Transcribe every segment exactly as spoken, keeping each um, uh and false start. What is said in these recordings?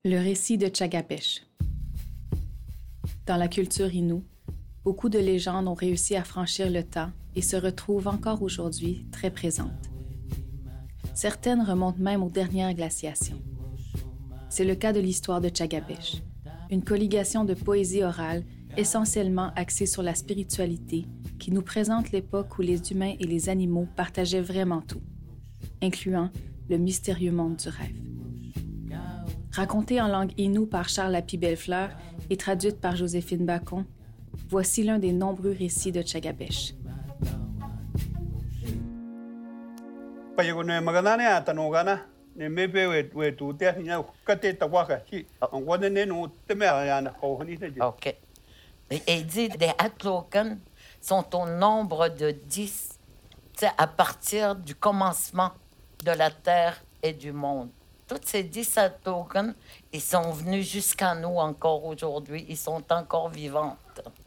Le récit de Chagapesh. Dans la culture Innu, beaucoup de légendes ont réussi à franchir le temps et se retrouvent encore aujourd'hui très présentes. Certaines remontent même aux dernières glaciations. C'est le cas de l'histoire de Chagapesh, une colligation de poésie orale essentiellement axée sur la spiritualité qui nous présente l'époque où les humains et les animaux partageaient vraiment tout, incluant le mystérieux monde du rêve. Racontée en langue Innu par Charles Lapie Bellefleur et traduite par Joséphine Bacon, voici l'un des nombreux récits de Chagapesh. OK. Et il dit que les Atlokan sont au nombre de dix à partir du commencement de la Terre et du monde. Tous ces dix Atlokan, ils sont venus jusqu'à nous encore aujourd'hui. Ils sont encore vivants.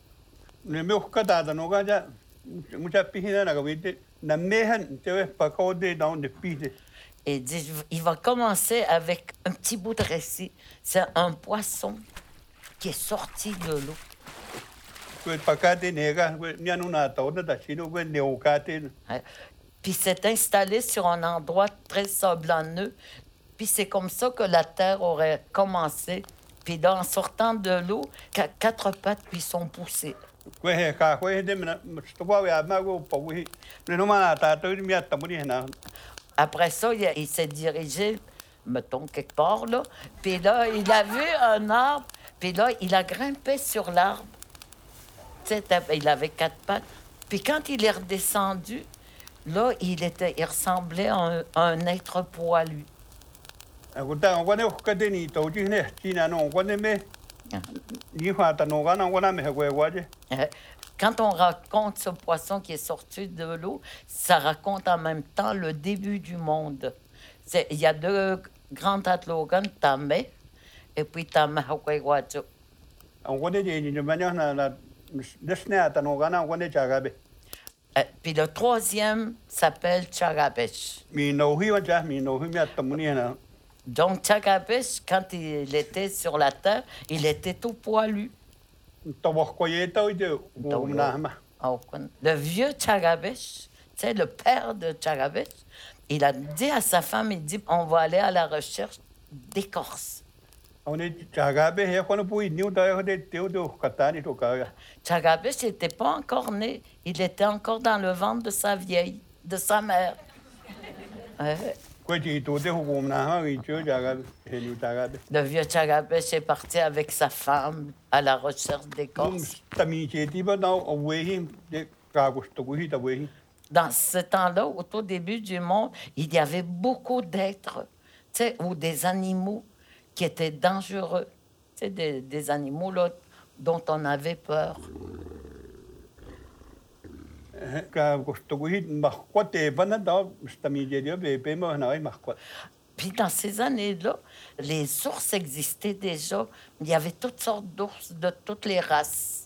Et il dit, il va commencer avec un petit bout de récit. C'est un poisson qui est sorti de l'eau. Puis s'est installé sur un endroit très sablonneux. Puis c'est comme ça que la terre aurait commencé. Puis là, en sortant de l'eau, quatre pattes lui sont poussées. Après ça, il, il s'est dirigé, mettons, quelque part, là. Puis là, il a vu un arbre. Puis là, il a grimpé sur l'arbre. Tu sais, il avait quatre pattes. Puis quand il est redescendu, là, il, était, il ressemblait à un, à un être poilu. Quand on raconte ce poisson qui est sorti de l'eau, ça raconte en même temps le début du monde. C'est, il y a deux grands Atlokan, Tame et puis Tame Hakwaiwatu. Euh, puis le troisième s'appelle Chagapesh. Donc Chagapesh, quand il était sur la terre, il était tout poilu. Le vieux Chagapesh, tu sais, le père de Chagapesh, il a dit à sa femme, il dit, on va aller à la recherche d'écorce. Chagapesh n'était pas encore né. Il était encore dans le ventre de sa vieille, de sa mère. Ouais. Le vieux Chagapesh est parti avec sa femme à la recherche d'écorce. Dans ce temps-là, au tout début du monde, il y avait beaucoup d'êtres, tu sais, ou des animaux qui étaient dangereux, tu sais, des, des animaux là, dont on avait peur. Puis dans ces années-là, les ours existaient déjà. Il y avait toutes sortes d'ours de toutes les races.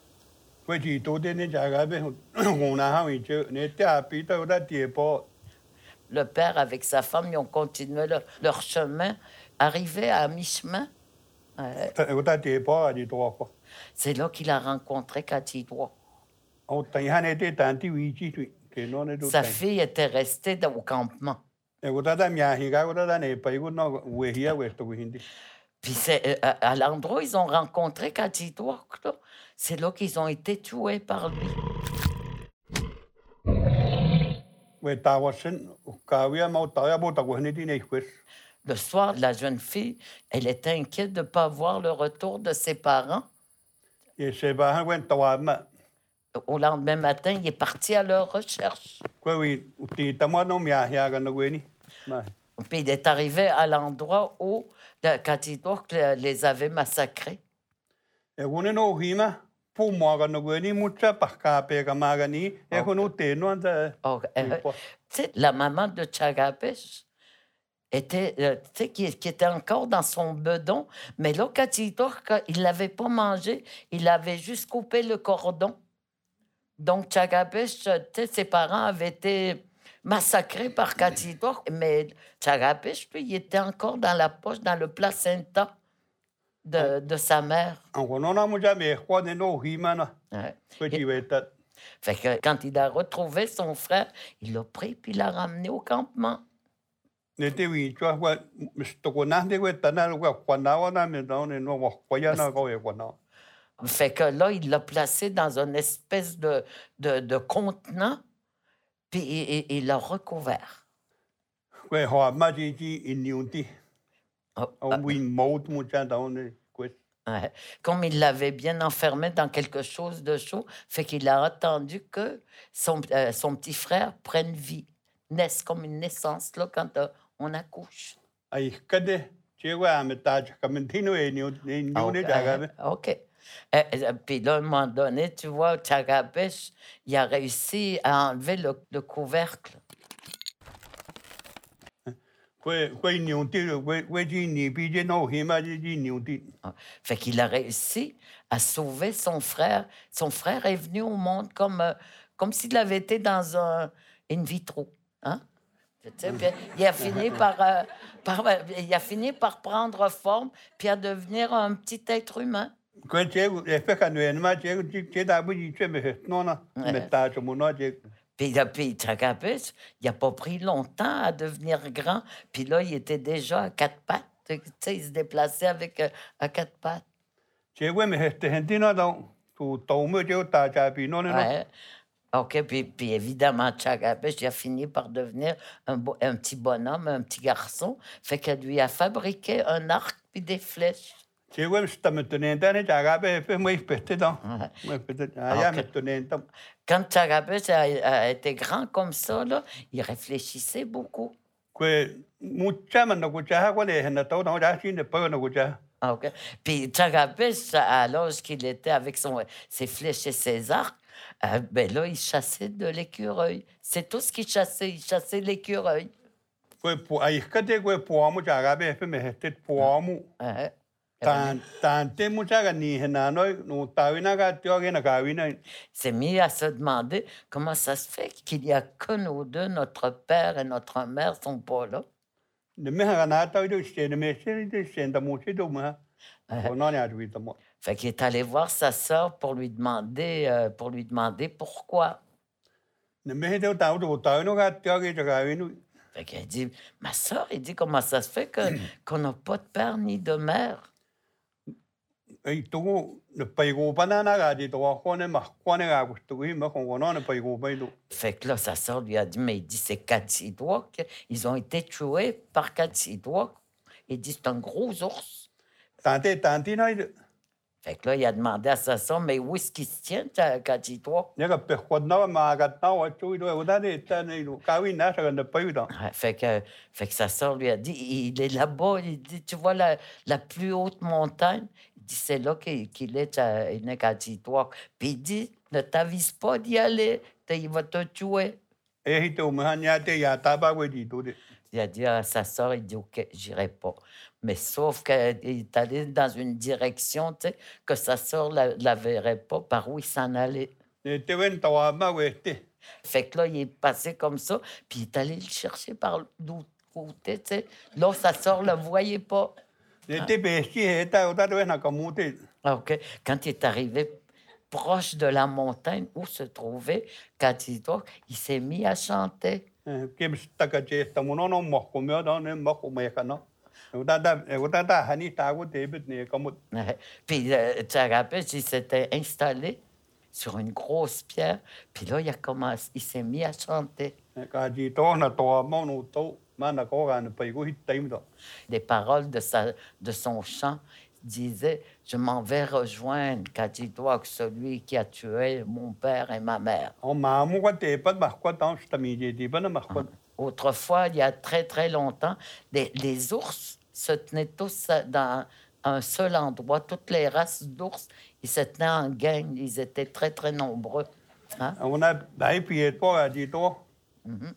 Le père avec sa femme, ils ont continué leur, leur chemin, arrivé à mi-chemin. Euh, c'est là qu'il a rencontré Katidwa. Sa fille était restée au campement. Puis c'est, à, à l'endroit où ils ont rencontré Katidwa, c'est là qu'ils ont été tués par lui. Le soir, la jeune fille, elle était inquiète de ne pas voir le retour de ses parents. Au lendemain matin, il est parti à leur recherche. Puis il est arrivé à l'endroit où Katidwa les avait massacrés. Oh, oh, euh, tu sais, la maman de Chagapesh était, euh, tu sais, qui, qui était encore dans son bedon, mais là, Katidwa, il l'avait pas mangé, il avait juste coupé le cordon. Donc, Chagapesh, tu sais, ses parents avaient été massacré par Katitok. Mais Chagapish, lui, il était encore dans la poche, dans le placenta de, de sa mère. Ouais. Et, fait que quand il a retrouvé son frère, il l'a pris puis il l'a ramené au campement. Fait que là, il l'a placé dans une espèce de, de, de contenant, puis il, il l'a recouvert. Oh, ah. Comme il l'avait bien enfermé dans quelque chose de chaud, fait qu'il a attendu que son, euh, son petit frère prenne vie, naisse comme une naissance là, quand euh, on accouche. OK. OK. Euh, euh, puis là, à un moment donné, tu vois, Chagapish, il a réussi à enlever le, le couvercle. Fait qu'il a réussi à sauver son frère. Son frère est venu au monde comme, euh, comme s'il avait été dans un in vitro. Hein? Tu sais, puis il a fini par, euh, par, il a fini par prendre forme puis à devenir un petit être humain. Ouais. Puis, puis Chagapish, il n'a pas pris longtemps à devenir grand. Puis là, il était déjà à quatre pattes. Tu sais, il se déplaçait avec euh, à quatre pattes. Ouais. OK, puis, puis évidemment, Chagapish, il a fini par devenir un, beau, un petit bonhomme, un petit garçon. Fait qu'elle lui a fabriqué un arc puis des flèches. Ouais. Quand Chagapish a, a été grand comme ça, là, il réfléchissait beaucoup. Okay. Puis Chagapish, à l'âge qu'il était avec son, ses flèches et ses arcs, euh, ben là, il chassait de l'écureuil. C'est tout ce qu'il chassait. Il chassait l'écureuil. Ouais. s'est mis à se demander comment ça se fait qu'il y a que nous deux, notre père et notre mère sont pas là. Euh, fait qu'il est allé voir sa sœur pour lui demander, euh, pour lui demander pourquoi. Fait qu'elle dit, ma sœur, il dit comment ça se fait que, qu'on n'a pas de père ni de mère. Fait que là, sa sœur lui a dit, mais il dit, c'est Katitok. Ils ont été tués par Katitok. Il dit, c'est un gros ours. Fait que là, il a demandé à sa sœur, mais où est-ce qu'il se tient, Katitok? Fait que, fait que sa sœur lui a dit, il est là-bas. Il dit, tu vois la, la plus haute montagne? Il dit, c'est là qu'il, qu'il est, Katitok. Puis il dit, ne t'avise pas d'y aller, il va te tuer. Il a dit à sa sœur, il dit, OK, j'irai pas. Mais sauf qu'il est allé dans une direction, tu sais, que sa sœur ne la, la verrait pas, par où il s'en allait. Fait que là, il est passé comme ça, puis il est allé le chercher par l'autre côté, tu sais. Là, sa sœur ne le voyait pas. Hein? OK. Quand il est arrivé proche de la montagne où se trouvait Katitok, il s'est mis à chanter. Puis euh, Chagapish, il s'était installé sur une grosse pierre, puis là, il a commencé, il s'est mis à chanter. Les paroles de, sa, de son chant disaient, je m'en vais rejoindre Katitok, celui qui a tué mon père et ma mère. Autrefois, il y a très, très longtemps, les, les ours se tenaient tous dans un seul endroit. Toutes les races d'ours, ils se tenaient en gang. Ils étaient très, très nombreux. Hein? Mm-hmm.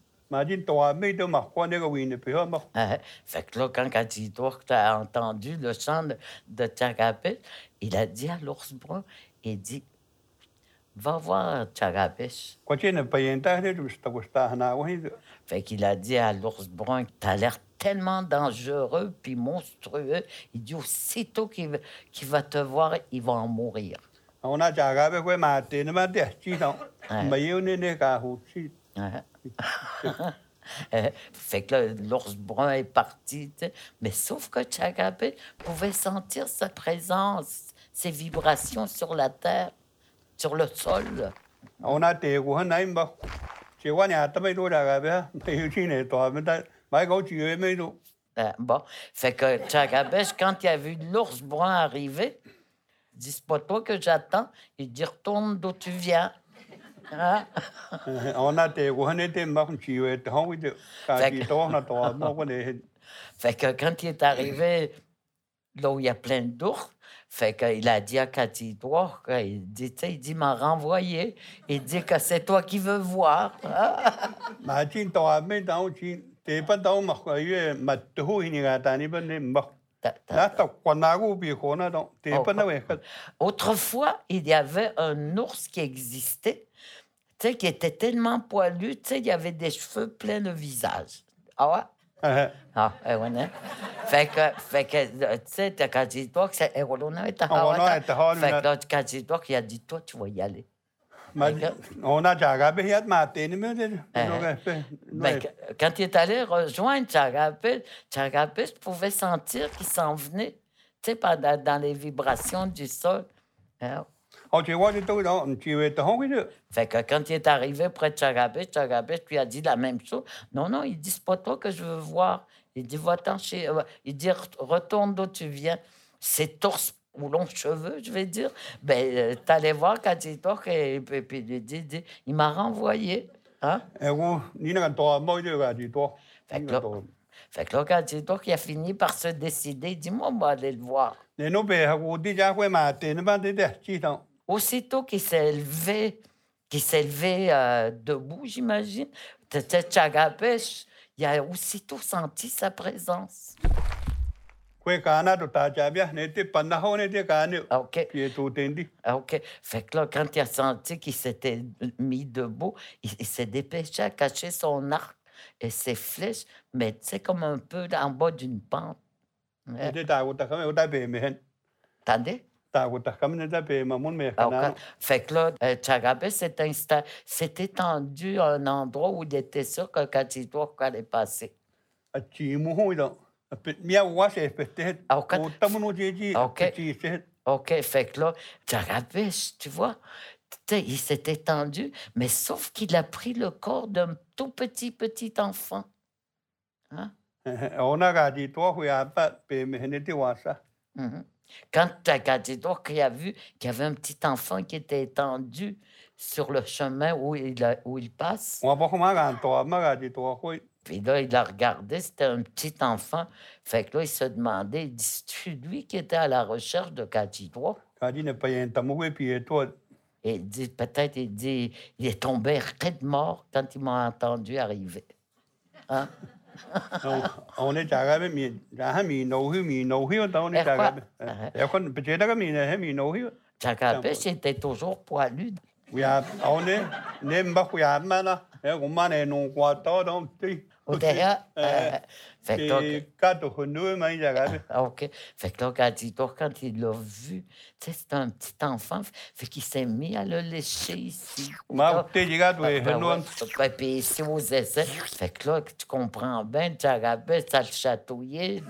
Euh, fait que là, quand Katitok a entendu le chant de, de Chagapish, il a dit à l'ours brun, il dit, Va voir Tchagapish. Kwa chene payenta de sta gusta hana wahi. Fait qu'il a dit à l'ours brun, t'as l'air tellement dangereux puis monstrueux. Il dit aussitôt qu'il qu'il va te voir, il va en mourir. On a Tchagapish kwa ma te ne ma de chi donc. Mais on ne ka hu chi. Fait que là, l'ours brun est parti, t'sais. Mais sauf que Tchagapish pouvait sentir sa présence, ses vibrations sur la terre, sur le sol. On a te ku hanai ba. Che wa nya ta mai do Tchagapish. Te chi ne to ma ta mai go chi e mai do. Bon, fait que Tchagapish, quand il a vu l'ours brun arriver, il dit, c'est pas toi que j'attends. Il dit, retourne d'où tu viens. Hein? On a te ku hanai te ma chi e te hong de. Ka chi to na to mo ko ne. Fait que quand il est arrivé là où il y a plein d'ours, fait qu'il a dit à Cathy-Toi, il dit, tu sais, il dit, m'a renvoyé. Il dit que c'est toi qui veux voir. Ma chi to a me da chi te pa da ma ko ye ma te hu ni ga ta ni ba ne ma. Là, ta ko na gu bi ko na do. Te pa na we. Autrefois, il y avait un ours qui existait, tu sais, qui était tellement poilu, tu sais, il y avait des cheveux plein le visage. Ah ouais? Ah, eh ouais, hein? Fait que, fait que, tu sais, quand tu dis toi que c'est Erolona et Tahawata, fait que là, quand tu dis toi qu'il a dit, toi, tu vas y aller. On a Tchagapish yat ma te ne me de. Mais quand il est allé rejoindre Tchagapish, Tchagapish pouvait sentir qu'il s'en venait, tu sais, dans, dans les vibrations du sol. Hein? Oh, tu vois, tu te dis, tu es te hong de. Fait que quand il est arrivé près de Tchagapish, Tchagapish lui a dit la même chose. Non, non, il dit, c'est pas toi que je veux voir. Il dit, va-t'en chez... Il dit, retourne d'où tu viens. Cet ours ou longs cheveux, je vais dire. Ben, t'allais voir Cathy-Toi et puis il dit, dit, il m'a renvoyé. Hein? Eh, ni na to mo de ga di to. Fait que là, fait que là, Cathy-Toi qui a fini par se décider, il dit, moi, on va aller le voir. Ne no be ha ku di ja kwa ma te ne ba de de chi donc. Aussitôt qu'il s'est levé, qu'il s'est levé euh, debout, j'imagine, Tchagapish, il a aussitôt senti sa présence. Kwe kana do ta ja bia ne te pa na ho ne te ka ne. OK. Puis tout tendi. OK. Fait que là, quand il a senti qu'il s'était mis debout, il, il s'est dépêché à cacher son arc et ses flèches, mais tu sais, comme un peu en bas d'une pente. Ne te ta ku ta ka me ta be me hen. Attendez? Okay. Fait que là, euh, Tchagapish s'est installé, s'est étendu à un endroit où il était sûr que Cathy-Toi allait passer. OK. OK. Fait que là, Tchagapish, tu vois, il s'est étendu, mais sauf qu'il a pris le corps d'un tout petit, petit enfant. Hein? Mm-hmm. Quand Cathy-Toi a vu qu'il y avait un petit enfant qui était étendu sur le chemin où il, a, où il passe, puis là, il a regardé, c'était un petit enfant. Fait que là, il se demandait, il dit, c'est-tu lui qui était à la recherche de Cathy-Toi? Et il dit, peut-être, il dit, il est tombé raide mort quand il m'a entendu arriver. Hein? On est Tchagapish mi ja mi no hu mi no hu donc on Tchagapish. Et kon peut être que mi ne mi no hu. Tchagapish était toujours poilu. Oui, on est ne mba ku ya ma na. Et on ma ne no kwa to donc ti. OK. Fait que OK. Fait que là, Cathy-Toi, quand il l'a vu, tu sais, c'était un petit enfant, fait qu'il s'est mis à le lécher ici. Puis ici aux essais. Fait que là, tu comprends bien, Tchagapish, ça le chatouillait.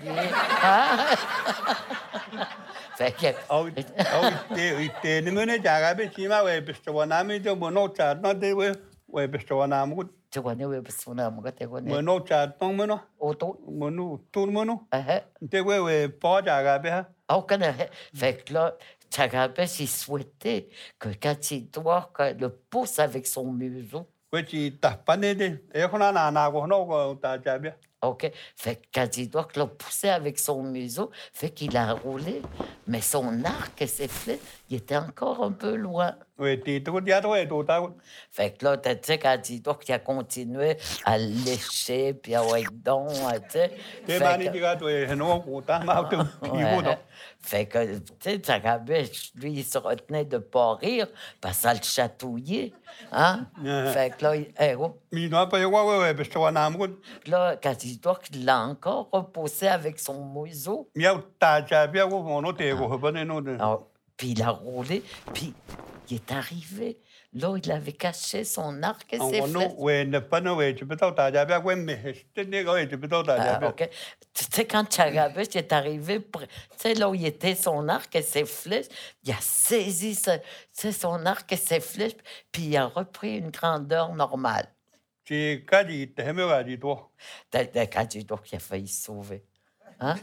Fait que... Oh, il était ne me Tchagapish, il m'a ouais, parce que on a mis de mon autre, non, de ouais, ouais, parce que on a mis. Tu connais, oui, parce qu'on a mon gars, tu connais. Mon autre chat, ton mono. Auto. Mon tout le monde. Uh-huh. Tu ouais, ouais, pas Tchagapish. Ah, on connaît. Fait que là, Tchagapish, il souhaitait que Cathy-Toi le pousse avec son museau. Oui, tu t'as pas né. Et qu'on a un arbre, non, Tchagapish. OK. Fait que Cathy-Toi l'a poussé avec son museau, fait qu'il a roulé, mais son arc et ses flèches, il était encore un peu loin. Oui, t'es tout dit à toi, tout à l'heure. Fait que là, tu sais, quand il dit qu'il a continué à lécher, puis à être don, tu sais. T'es mani dit à toi, non, autant, mais tout, puis vous, donc. Fait que, tu sais, Tchagabesh, lui, il se retenait de pas rire, parce que ça le chatouillait, hein? Fait que là, il... Hey, oh. Mais non, pas, ouais, ouais, ouais, parce que tu vois, n'amour. Là, quand il dit qu'il l'a encore repoussé avec son museau. Mais t'as déjà bien, on a été, on a pas Puis il a roulé, puis il est arrivé. Là, il avait caché son arc et ses flèches. Oui, ne pas nous, tu peux t'en t'as bien, oui, mais tu peux t'en t'as bien. OK. Tu sais, quand Tchagabesh est arrivé, tu sais, là où il était son arc et ses flèches, il a saisi ce, son arc et ses flèches, puis il a repris une grandeur normale. C'est quand il t'aime, il dit toi. Quand il dit qu'il a failli se sauver. Hein?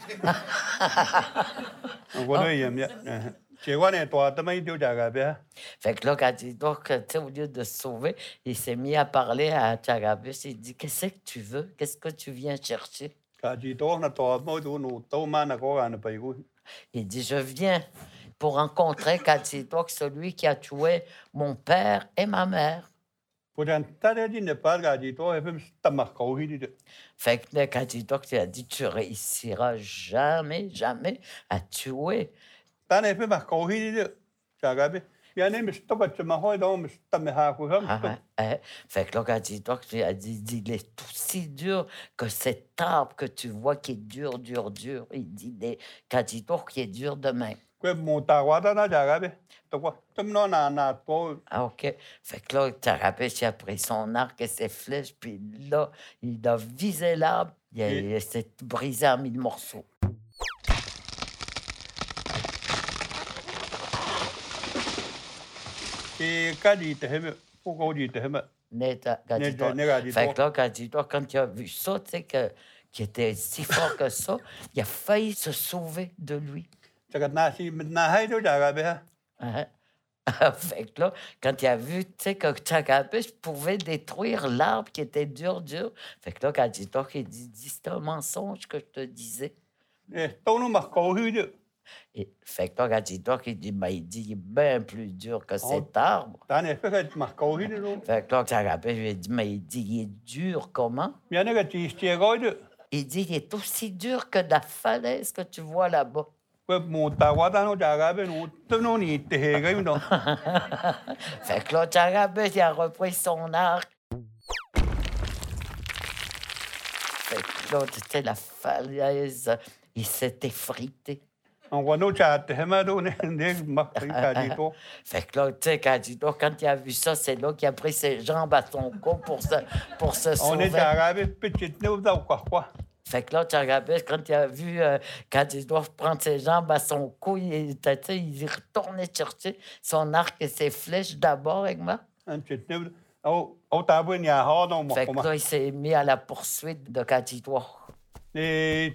On voit, il aime bien. C'est quoi, toi, tu m'as dit au Tchagabesh? Fait que là, quand il dit que, au lieu de se sauver, il s'est mis à parler à Tchagabesh. Il dit, qu'est-ce que tu veux? Qu'est-ce que tu viens chercher? Il dit, je viens pour rencontrer Katsitok, celui qui a tué mon père et ma mère. Fait que Katsitok a dit, tu réussiras jamais, jamais à tuer. Ah, ouais. Fait que là, Katsitok a dit, il est aussi dur que cet arbre que tu vois qui est dur, dur, dur. Il dit, Katsitok qui est dur demain. Ah, OK. Fait que là, Tchagabesh a pris son arc et ses flèches, puis là, il a visé l'arbre, il, il, il s'est brisé en mille morceaux. Et quand il était, pourquoi il était, Fait que là, Katsitok, quand il a vu ça, tu sais, que, qu'il était si fort que ça, il a failli se sauver de lui. Uh-huh. Fait que là, quand il a vu, tu sais, que Tchagabesh pouvait détruire l'arbre qui était dur, dur, fait que là, Katsitok, il dit, dis, c'est un mensonge que je te disais. Et fait que là, Katsitok, il dit, ben, il dit, il est bien plus dur que cet arbre. Fait que là, Tchagabesh lui a dit, mais il dit, il est dur comment? Il dit, il est aussi dur que la falaise que tu vois là-bas. Fait que là, Tchagabesh, il a repris son arc. Fait que là, tu sais, la falaise, il s'est effrité. Fait que là, tu sais, Katsitok, quand il a vu ça, c'est là qu'il a pris ses jambes à son cou pour se, pour se sauver. Fait que là, Tchagabesh, quand il a vu euh, Katsitok prendre ses jambes à son cou, il, il retournait chercher son arc et ses flèches d'abord avec moi. Fait que là, il s'est mis à la poursuite de Katsitok. Fait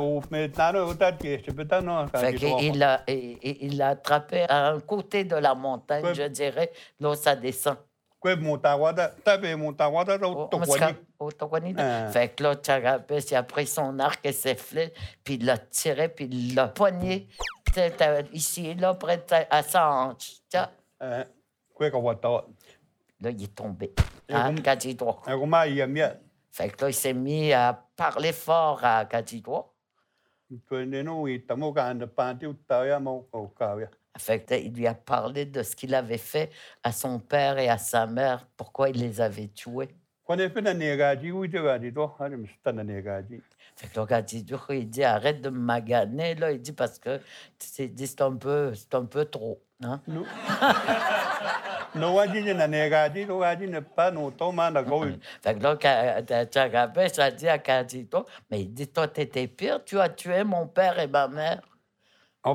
qu'il l'a, il, il l'a attrapé à un côté de la montagne, je dirais. Là, ça descend. Oh, fait que là, Tchagabesh, il a pris son arc et ses flèches, puis il l'a tiré, puis il l'a poigné ici, là, près à sa hanche. Tiens. Là, il est tombé. Hein, Katsitok. Fait que là, il s'est mis à parler fort à Katsitok. Fait qu'il lui a parlé de ce qu'il avait fait à son père et à sa mère, pourquoi il les avait tués. Fait que là, Katsitok, il dit, arrête de me maganer, là. Il dit, parce que c'est, c'est, un, peu, c'est un peu trop. Hein? Fait que là, Tchagabesh a dit à Katsitok, mais il dit, toi, t'étais pire, tu as tué mon père et ma mère. On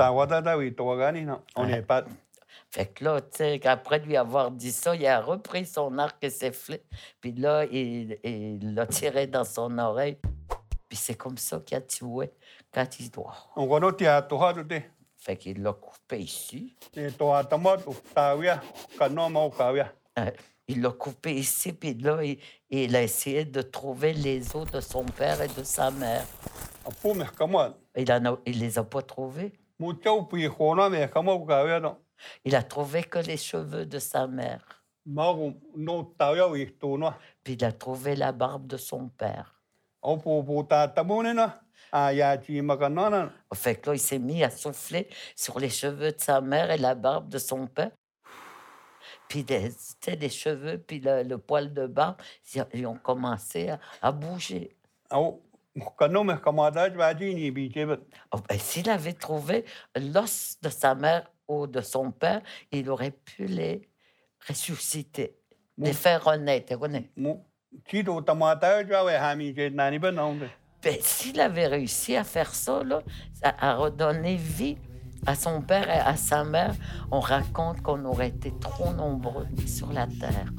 n'est pas. Fait que là, tu sais, après lui avoir dit ça, il a repris son arc et ses flèches, puis là, il, il l'a tiré dans son oreille. Puis c'est comme ça qu'il a tué Katsitok. Fait qu'il l'a coupé ici. Euh, il l'a coupé ici, puis là, il, il a essayé de trouver les os de son père et de sa mère. Il ne les a pas trouvés. Il a trouvé que les cheveux de sa mère. Puis il a trouvé la barbe de son père. Fait que là, il s'est mis à souffler sur les cheveux de sa mère et la barbe de son père. Puis les, les cheveux, puis le, le poil de barbe, ils ont commencé à, à bouger. Oh, ben, s'il avait trouvé l'os de sa mère ou de son père, il aurait pu les ressusciter, les faire renaître. Ben, s'il avait réussi à faire ça, là, à redonner vie à son père et à sa mère, on raconte qu'on aurait été trop nombreux sur la terre.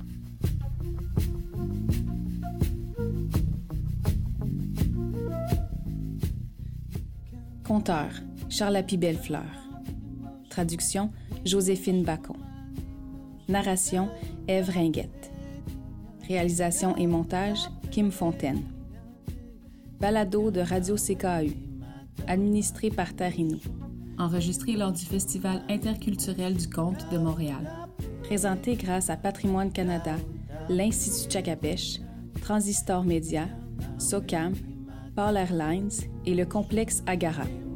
Conteur, Charles-Appie Bellefleur. Traduction, Joséphine Bacon. Narration, Ève Ringuette. Réalisation et montage, Kim Fontaine. Balado de Radio C K A U. Administré par Tarinou. Enregistré lors du Festival interculturel du conte de Montréal. Présenté grâce à Patrimoine Canada, l'Institut Tchakapèche, Transistor Média, SOCAM, Paul Airlines et le complexe Agara.